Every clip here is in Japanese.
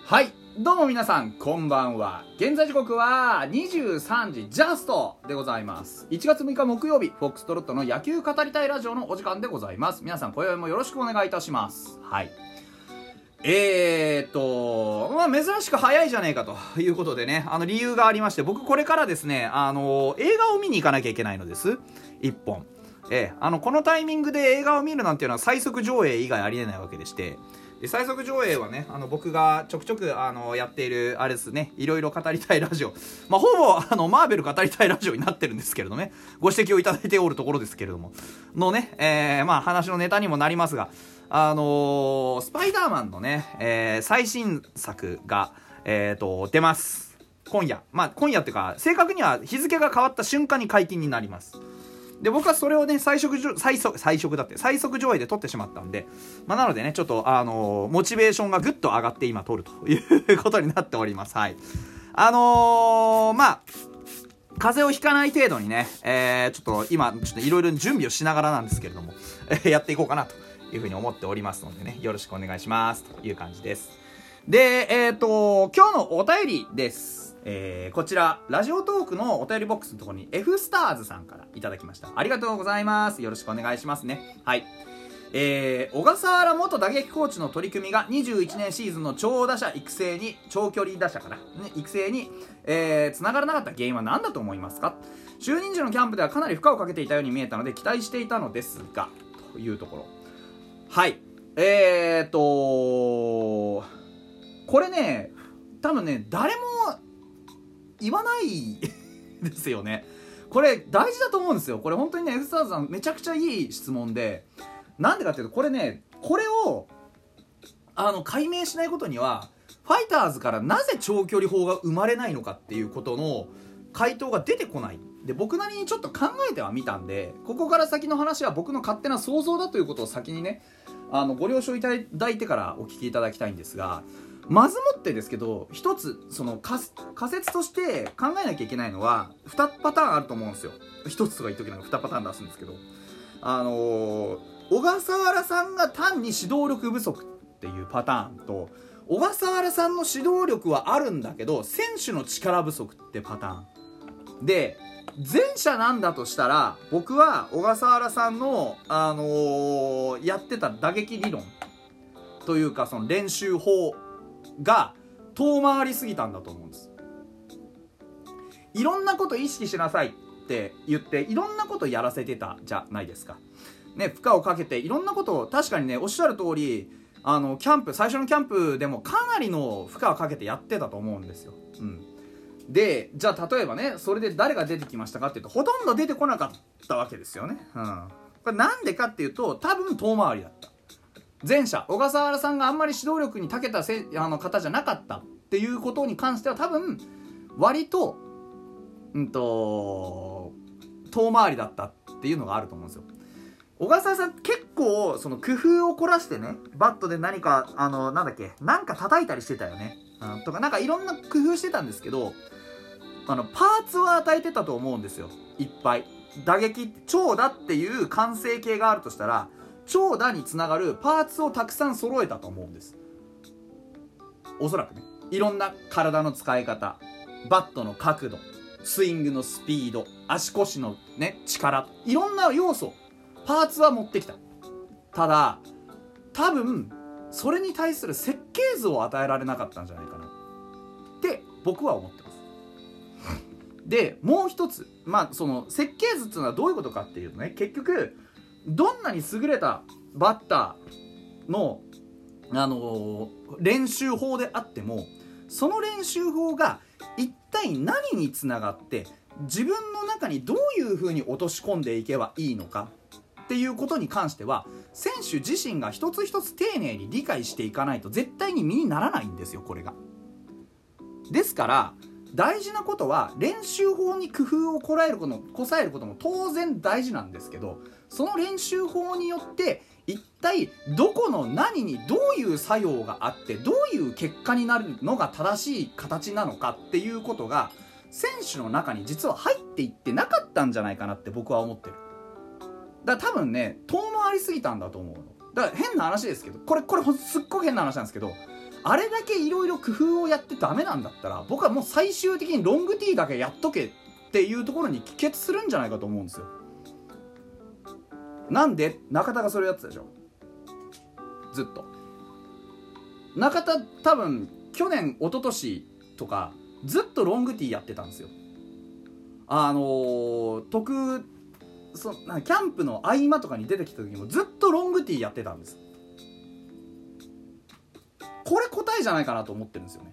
はい、どうも皆さんこんばんは。現在時刻は23時ジャストでございます。1月6日木曜日、フォックストロットの野球語りたいラジオのお時間でございます。皆さん今宵もよろしくお願いいたします。はい、珍しく早いじゃねえかということでね、理由がありまして、僕これからですね、映画を見に行かなきゃいけないのです。一本。このタイミングで映画を見るなんていうのは最速上映以外ありえないわけでして、で最速上映はね、僕がちょくちょくやっているあれですね、いろいろ語りたいラジオ、ほぼマーベル語りたいラジオになってるんですけれどね、ご指摘をいただいておるところですけれどものね、話のネタにもなりますが、スパイダーマンのね、最新作が出ます今夜。今夜っていうか正確には日付が変わった瞬間に解禁になります。で僕はそれをね最速上映で撮ってしまったんで、なのでねちょっとモチベーションがぐっと上がって今撮るということになっております。はい、風邪をひかない程度にね、ちょっと今ちょっといろいろ準備をしながらなんですけれども、やっていこうかなというふうに思っておりますのでね、よろしくお願いしますという感じです。で今日のお便りです。こちらラジオトークのお便りボックスのところに F スターズさんからいただきました。ありがとうございます。よろしくお願いしますね。はい、小笠原元打撃コーチの取り組みが21年シーズンの長距離打者から、ね、育成につながらなかった原因は何だと思いますか。就任時のキャンプではかなり負荷をかけていたように見えたので期待していたのですが、というところ。はい、これね多分ね誰も言わないですよね。これ大事だと思うんですよ。これ本当にね F スターズさんめちゃくちゃいい質問で、なんでかっていうとこれを解明しないことにはファイターズからなぜ長距離砲が生まれないのかっていうことの回答が出てこない。で僕なりにちょっと考えてはみたんで、ここから先の話は僕の勝手な想像だということを先にねご了承いただいてからお聞きいただきたいんですが、まずもってですけど、一つその仮説として考えなきゃいけないのは2パターンあると思うんですよ。一つとか言っときながら2パターン出すんですけど、小笠原さんが単に指導力不足っていうパターンと、小笠原さんの指導力はあるんだけど選手の力不足ってパターンで、前者なんだとしたら僕は小笠原さんの、やってた打撃理論というかその練習法が遠回りすぎたんだと思うんです。いろんなこと意識しなさいって言っていろんなことやらせてたじゃないですかね。負荷をかけていろんなことを、確かにねおっしゃる通り最初のキャンプでもかなりの負荷をかけてやってたと思うんですよ。でじゃあ例えばねそれで誰が出てきましたかっていうとほとんど出てこなかったわけですよね。これなんでかっていうと多分遠回りだった。前者小笠原さんがあんまり指導力に長けた方じゃなかったっていうことに関しては多分割と遠回りだったっていうのがあると思うんですよ。小笠原さん結構その工夫を凝らしてね、バットで何かなんか叩いたりしてたよね、とかなんかいろんな工夫してたんですけど、パーツを与えてたと思うんですよ。いっぱい打撃長打っていう完成形があるとしたら長打につながるパーツをたくさん揃えたと思うんです。おそらくね、いろんな体の使い方、バットの角度、スイングのスピード、足腰のね力、いろんな要素パーツは持ってきた。ただ多分それに対する設計図を与えられなかったんじゃないかなって僕は思ってます。でもう一つ、その設計図っていうのはどういうことかっていうとね、結局どんなに優れたバッターの、練習法であってもその練習法が一体何につながって自分の中にどういう風に落とし込んでいけばいいのかっていうことに関しては選手自身が一つ一つ丁寧に理解していかないと絶対に身にならないんですよ、これが。ですから大事なことは練習法に工夫をこさえることも当然大事なんですけど、その練習法によって一体どこの何にどういう作用があってどういう結果になるのが正しい形なのかっていうことが選手の中に実は入っていってなかったんじゃないかなって僕は思ってる。だから多分ね遠回りすぎたんだと思うの。だから変な話ですけど、これすっごく変な話なんですけど、 あれだけいろいろ工夫をやってダメなんだったら、僕はもう最終的にロングティーだけやっとけっていうところに帰結するんじゃないかと思うんですよ。なんで中田がそれやってたでしょ、ずっと。中田多分去年一昨年とかずっとロングティーやってたんですよ。キャンプの合間とかに出てきた時もずっとロングティーやってたんです。これ答えじゃないかなと思ってるんですよね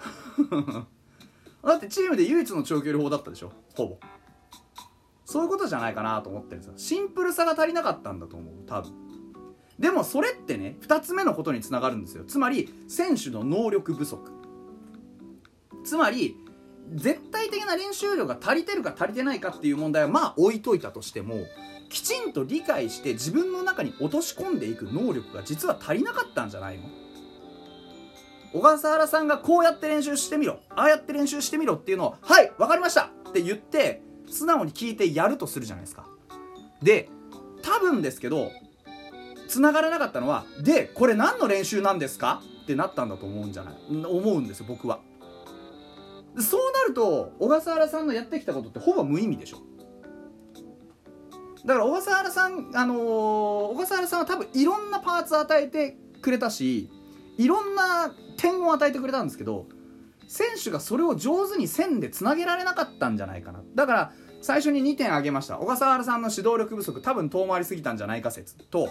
だってチームで唯一の長距離砲だったでしょ、ほぼ。そういうことじゃないかなと思ってるんですよ。シンプルさが足りなかったんだと思う、多分。でもそれってね、2つ目のことにつながるんですよ。つまり選手の能力不足、つまり絶対的な練習量が足りてるか足りてないかっていう問題はまあ置いといたとしても、きちんと理解して自分の中に落とし込んでいく能力が実は足りなかったんじゃないの。小笠原さんがこうやって練習してみろ、ああやって練習してみろっていうのを、はい分かりましたって言って素直に聞いてやるとするじゃないですか。で多分ですけど繋がらなかったのは、でこれ何の練習なんですかってなったんだと思うんですよ、僕は。そうなると小笠原さんのやってきたことってほぼ無意味でしょ。だから小笠原さんは多分いろんなパーツ与えてくれたし、いろんな点を与えてくれたんですけど、選手がそれを上手に線でつなげられなかったんじゃないかな。だから最初に2点挙げました。小笠原さんの指導力不足、多分遠回りすぎたんじゃないか説と、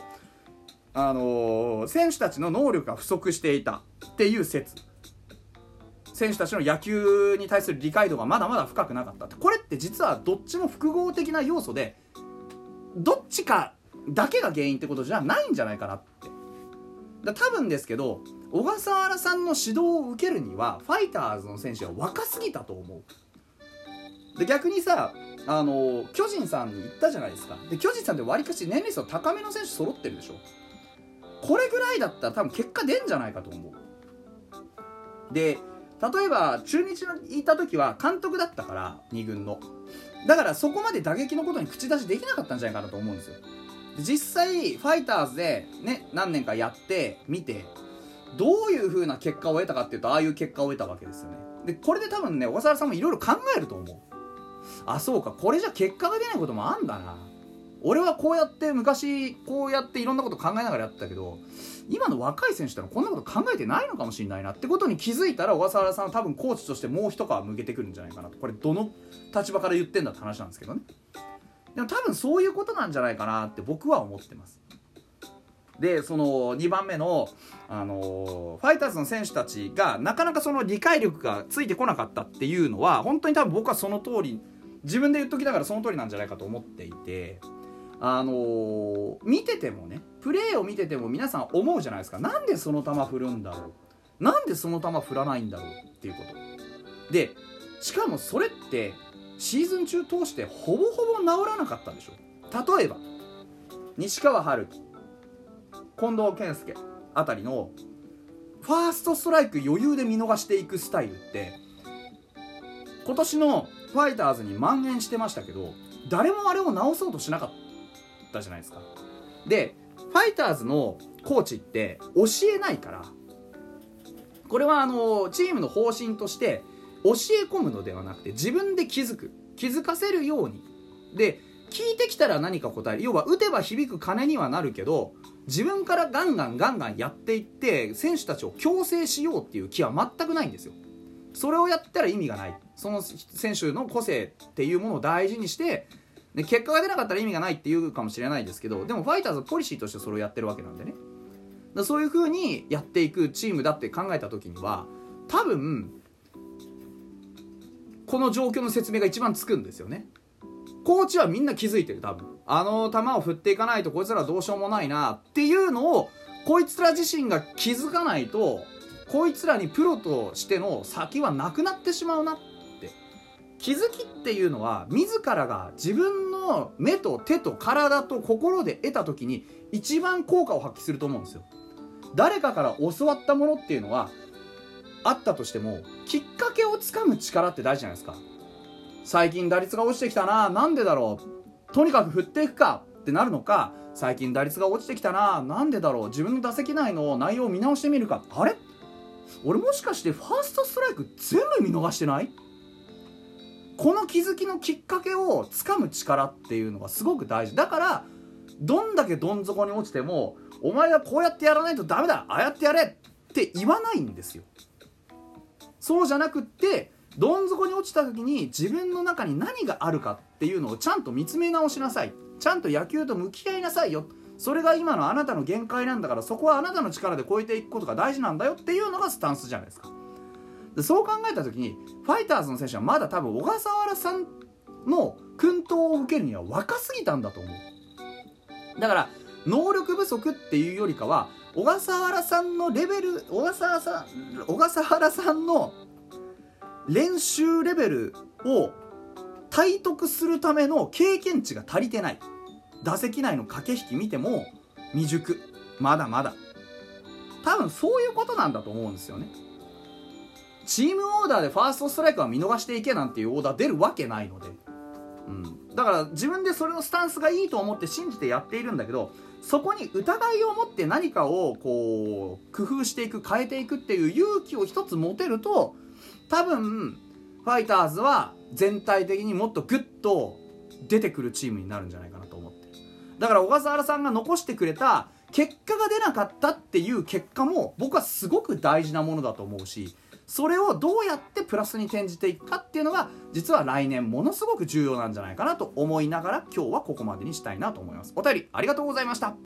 選手たちの能力が不足していたっていう説、選手たちの野球に対する理解度がまだまだ深くなかった。これって実はどっちも複合的な要素で、どっちかだけが原因ってことじゃないんじゃないかなって。多分ですけど小笠原さんの指導を受けるにはファイターズの選手は若すぎたと思う。で逆にさ、巨人さんに行ったじゃないですか。で巨人さんってわりかし年齢層高めの選手揃ってるでしょ。これぐらいだったら多分結果出んじゃないかと思う。で例えば中日にいた時は監督だったから、2軍のだからそこまで打撃のことに口出しできなかったんじゃないかなと思うんですよ。実際ファイターズでね何年かやってみてどういう風な結果を得たかっていうと、ああいう結果を得たわけですよね。でこれで多分ね小笠原さんもいろいろ考えると思う。あ、そうか、これじゃ結果が出ないこともあんだな。俺はこうやって昔こうやっていろんなこと考えながらやってたけど、今の若い選手ってのはこんなこと考えてないのかもしれないなってことに気づいたら、小笠原さんは多分コーチとしてもう一皮向けてくるんじゃないかなと。これどの立場から言ってんだって話なんですけどね。でも多分そういうことなんじゃないかなって僕は思ってます。でその2番目の、ファイターズの選手たちがなかなかその理解力がついてこなかったっていうのは本当に多分僕はその通り、自分で言っときながらその通りなんじゃないかと思っていて、見ててもね、プレーを見てても皆さん思うじゃないですか。なんでその球振るんだろう、なんでその球振らないんだろうっていうことで、しかもそれってシーズン中通してほぼほぼ治らなかったでしょ。例えば西川春樹、近藤健介あたりのファーストストライク余裕で見逃していくスタイルって今年のファイターズに蔓延してましたけど、誰もあれを直そうとしなかったじゃないですか。でファイターズのコーチって教えないから、これはチームの方針として教え込むのではなくて、自分で気づかせるようにで、聞いてきたら何か答える、要は打てば響く鐘にはなるけど、自分からガンガンやっていって選手たちを強制しようっていう気は全くないんですよ。それをやったら意味がない。その選手の個性っていうものを大事にして、で結果が出なかったら意味がないっていうかもしれないですけど、でもファイターズはポリシーとしてそれをやってるわけなんでね。だそういう風にやっていくチームだって考えた時には、多分この状況の説明が一番つくんですよね。コーチはみんな気づいてる。多分あの球を振っていかないとこいつらどうしようもないなっていうのをこいつら自身が気づかないと、こいつらにプロとしての先はなくなってしまうなって。気づきっていうのは自らが自分の目と手と体と心で得た時に一番効果を発揮すると思うんですよ。誰かから教わったものっていうのはあったとしても、きっかけをつかむ力って大事じゃないですか。最近打率が落ちてきたな、なんでだろう、とにかく振っていくかってなるのか、最近打率が落ちてきたな、なんでだろう、自分の打席内の内容を見直してみるか、あれ俺もしかしてファーストストライク全部見逃してない？この気づきのきっかけをつかむ力っていうのがすごく大事だから、どんだけどん底に落ちてもお前はこうやってやらないとダメだ、ああやってやれって言わないんですよ。そうじゃなくって、どん底に落ちた時に自分の中に何があるかっていうのをちゃんと見つめ直しなさい。ちゃんと野球と向き合いなさいよ。それが今のあなたの限界なんだから、そこはあなたの力で超えていくことが大事なんだよっていうのがスタンスじゃないですか。でそう考えた時にファイターズの選手はまだ多分小笠原さんの薫陶を受けるには若すぎたんだと思う。だから能力不足っていうよりかは、小笠原さんのレベル、小笠原さんの練習レベルを体得するための経験値が足りてない。打席内の駆け引き見ても未熟、まだまだ、多分そういうことなんだと思うんですよね。チームオーダーでファーストストライクは見逃していけなんていうオーダー出るわけないので、だから自分でそれのスタンスがいいと思って信じてやっているんだけど、そこに疑いを持って何かをこう工夫していく、変えていくっていう勇気を一つ持てると、多分ファイターズは全体的にもっとグッと出てくるチームになるんじゃないかなと思ってる。だから小笠原さんが残してくれた結果が出なかったっていう結果も僕はすごく大事なものだと思うし、それをどうやってプラスに転じていくかっていうのが実は来年ものすごく重要なんじゃないかなと思いながら、今日はここまでにしたいなと思います。お便りありがとうございました。